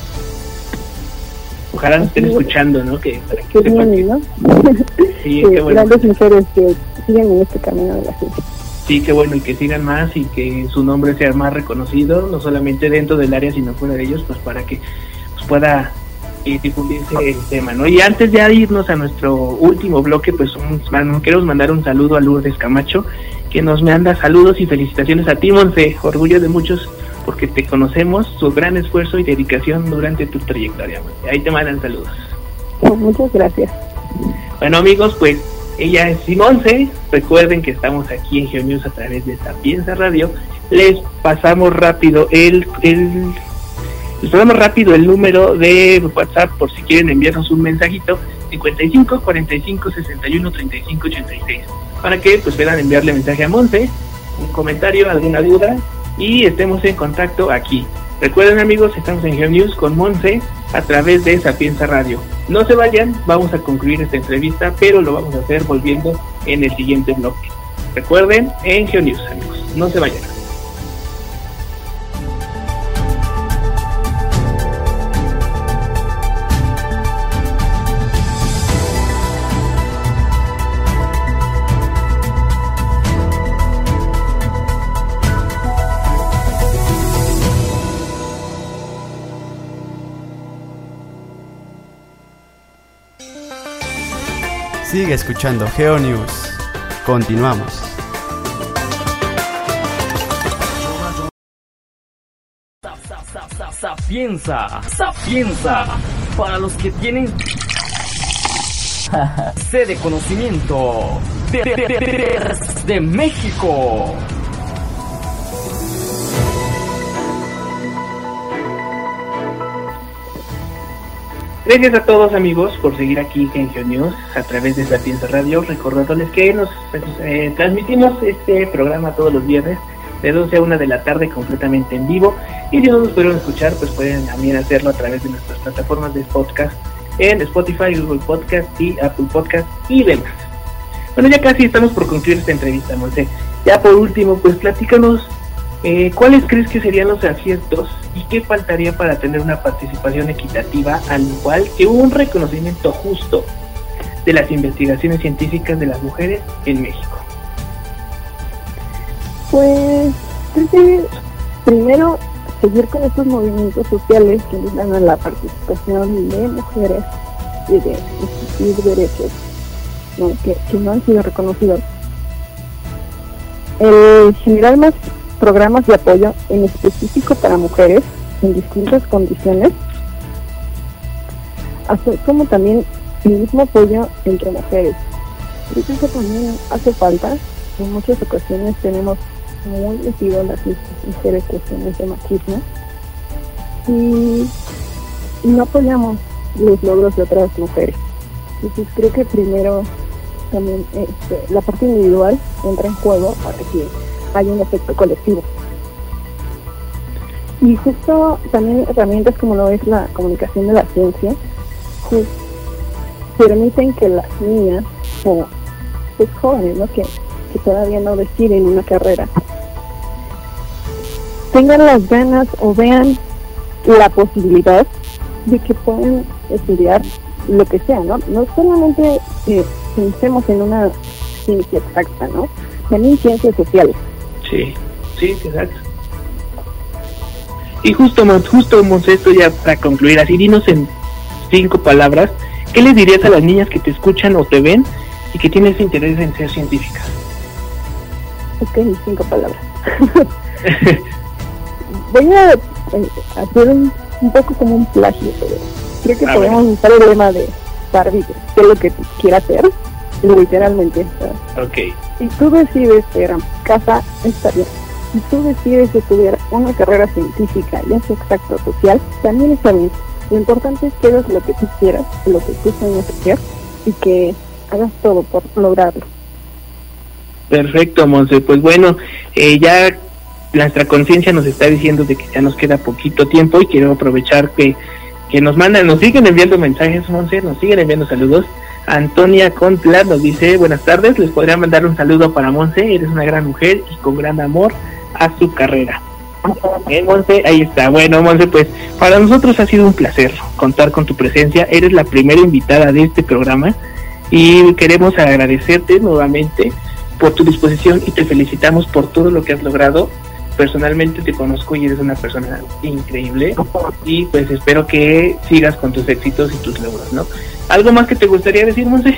Ojalá nos estén escuchando, ¿no? Que
vienen, ¿no?
Sí, qué bueno.
Grandes mujeres que siguen en este camino de la ciencia.
Sí, qué bueno, y que sigan más y que su nombre sea más reconocido, no solamente dentro del área, sino fuera de ellos, pues para que pues, pueda difundirse el tema, ¿no? Y antes de irnos a nuestro último bloque, pues queremos mandar un saludo a Lourdes Camacho, que nos manda saludos y felicitaciones a ti, Monse, orgullo de muchos porque te conocemos, su gran esfuerzo y dedicación durante tu trayectoria, Monse. Ahí te mandan saludos.
Muchas gracias.
Bueno, amigos, pues ella es Monse. Recuerden que estamos aquí en GeoNews a través de Sapienza Radio. Les pasamos rápido el número de WhatsApp por si quieren enviarnos un mensajito: 55 45 61 35 86, para que pues puedan enviarle mensaje a Monse, un comentario, alguna duda, y estemos en contacto aquí. Recuerden, amigos, estamos en GeoNews con Monse a través de Sapienza Radio. No se vayan, vamos a concluir esta entrevista, pero lo vamos a hacer volviendo en el siguiente bloque. Recuerden, en GeoNews, amigos, no se vayan.
Sigue escuchando GeoNews. Continuamos.
Sapienza, para los que tienen sed de conocimiento de México.
Gracias a todos, amigos, por seguir aquí en GeoNews a través de Sapienza Radio, recordándoles que nos transmitimos este programa todos los viernes de 12 a 1 de la tarde completamente en vivo, y si no nos pudieron escuchar, pues pueden también hacerlo a través de nuestras plataformas de podcast en Spotify, Google Podcast y Apple Podcast y demás. Bueno, ya casi estamos por concluir esta entrevista, Monse. Ya por último, pues platícanos ¿cuáles crees que serían los aciertos y qué faltaría para tener una participación equitativa, al igual que un reconocimiento justo de las investigaciones científicas de las mujeres en México?
Pues creo que primero seguir con estos movimientos sociales que nos dan a la participación de mujeres y de exigir derechos, ¿no? que no han sido reconocidos. Generar más programas de apoyo en específico para mujeres en distintas condiciones, así como también el mismo apoyo entre mujeres. Creo que eso también hace falta. En muchas ocasiones tenemos muy metido las mujeres cuestiones de machismo y no apoyamos los logros de otras mujeres. Entonces creo que primero también la parte individual entra en juego para que haya un efecto colectivo. Y justo también herramientas como lo es la comunicación de la ciencia permiten que las niñas o pues jóvenes, ¿no? que todavía no deciden una carrera, tengan las ganas o vean la posibilidad de que pueden estudiar lo que sea, ¿no? No solamente pensemos en una ciencia exacta, ¿no? También ciencias sociales.
Sí, exacto. Y justo Monse, esto ya para concluir, así dinos en 5 palabras, ¿qué les dirías a las niñas que te escuchan o te ven y que tienen ese interés en ser científicas?
Ok, 5 palabras. Voy a hacer un poco como un plagio, pero creo que podemos usar el lema de Barbie, que es lo que quiera hacer, literalmente.
Ok.
Si tú decides ser casa, está bien. Si tú decides estudiar una carrera científica, ya sea exacta o social, también está bien. Lo importante es que hagas lo que tú quieras, lo que tú sueñas hacer, y que hagas todo por lograrlo.
Perfecto, Monse. Pues bueno, ya nuestra conciencia nos está diciendo de que ya nos queda poquito tiempo y quiero aprovechar que nos siguen enviando mensajes, Monse, nos siguen enviando saludos. Antonia Contla nos dice: buenas tardes, les podría mandar un saludo para Monse, eres una gran mujer y con gran amor a su carrera. Monse, ahí está. Bueno, Monse, pues para nosotros ha sido un placer contar con tu presencia. Eres la primera invitada de este programa y queremos agradecerte nuevamente por tu disposición y te felicitamos por todo lo que has logrado. Personalmente te conozco y eres una persona increíble y pues espero que sigas con tus éxitos y tus logros, ¿no? ¿Algo más que te gustaría decir, Monse?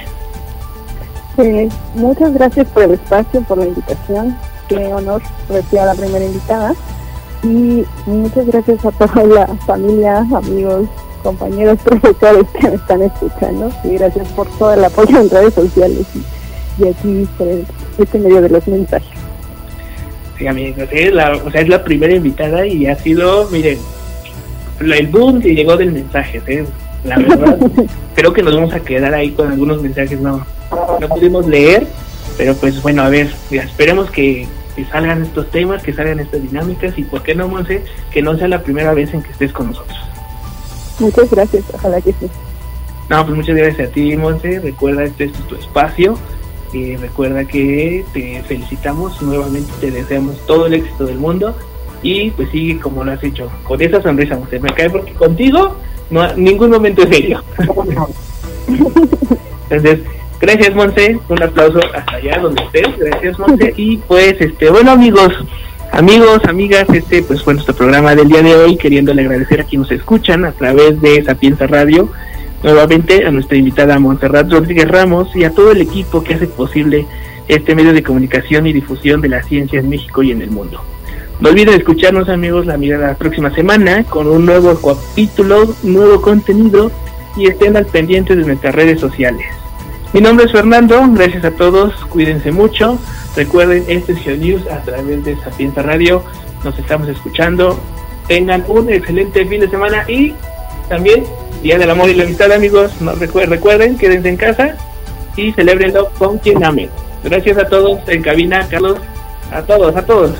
Muchas gracias por el espacio, por la invitación. Qué honor recibir a la primera invitada. Y muchas gracias a toda la familia, amigos, compañeros, profesores que me están escuchando. Y gracias por todo el apoyo en redes sociales y aquí por este medio de los mensajes.
Sí, amigos, es la primera invitada y ha sido, miren, el boom que llegó del mensaje, la verdad. Creo que nos vamos a quedar ahí con algunos mensajes no pudimos leer, pero pues bueno, a ver, esperemos que salgan estos temas, que salgan estas dinámicas y por qué no, Monse, que no sea la primera vez en que estés con nosotros.
Muchas gracias, ojalá que sí.
No, pues muchas gracias a ti, Monse. Recuerda, este es tu espacio. Recuerda que te felicitamos nuevamente, te deseamos todo el éxito del mundo y pues sigue como lo has hecho, con esa sonrisa, Monse. Me cae porque contigo no ningún momento es serio. Entonces, gracias, Monse, un aplauso hasta allá donde estés. Gracias, Monse. Y pues bueno, amigos, amigas, pues fue nuestro programa del día de hoy, queriéndole agradecer a quienes nos escuchan a través de Sapienza Radio. nuevamente a nuestra invitada Montserrat Rodríguez Ramos y a todo el equipo que hace posible este medio de comunicación y difusión de la ciencia en México y en el mundo. No olviden escucharnos, amigos, la próxima semana con un nuevo capítulo, nuevo contenido, y estén al pendiente de nuestras redes sociales. Mi nombre es Fernando, gracias a todos, cuídense mucho. Recuerden, este es GeoNews a través de Sapienza Radio, nos estamos escuchando. Tengan un excelente fin de semana y también Día del Amor y la Amistad, amigos. No, recuerden, quédense en casa y celébrenlo con quien amen. Gracias a todos en cabina, Carlos, a todos.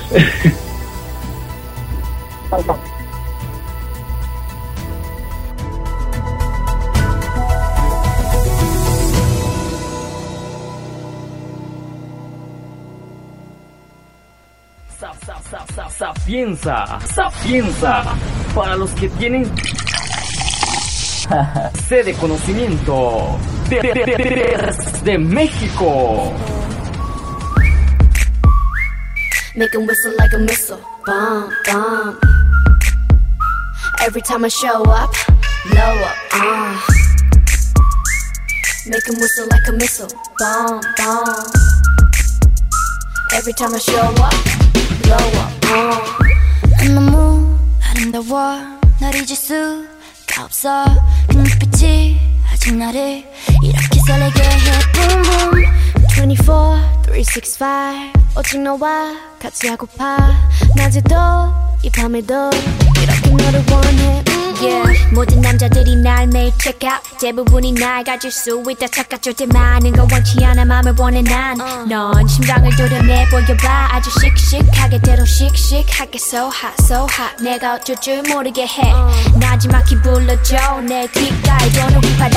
Sapienza, para los que tienen sed de conocimiento de México.
Make 'em whistle like a missile, bomb, bomb. Every time I show up, blow up, Make 'em whistle like a missile, bomb, bomb. Every time I show up, blow up, 너무 아름다워 널 잊을 수가 없어 그 눈빛이 아직 나를 이렇게 설레게 해 Boom boom 24, 365 오직 너와 같이 하고파 낮에도 이 밤에도 이렇게 너를 원해 Yeah. 모든 남자들이 날 매일 check out 대부분이 날 가질 수 있다 착각 절대 많은 건 원치 않아 맘을 원해 난 넌 심장을 도려내 보여봐 아주 씩씩하게 대로 씩씩하게 so hot 내가 어쩔 줄 모르게 해 나지막히 불러줘 내 귓가에 도는 휘파람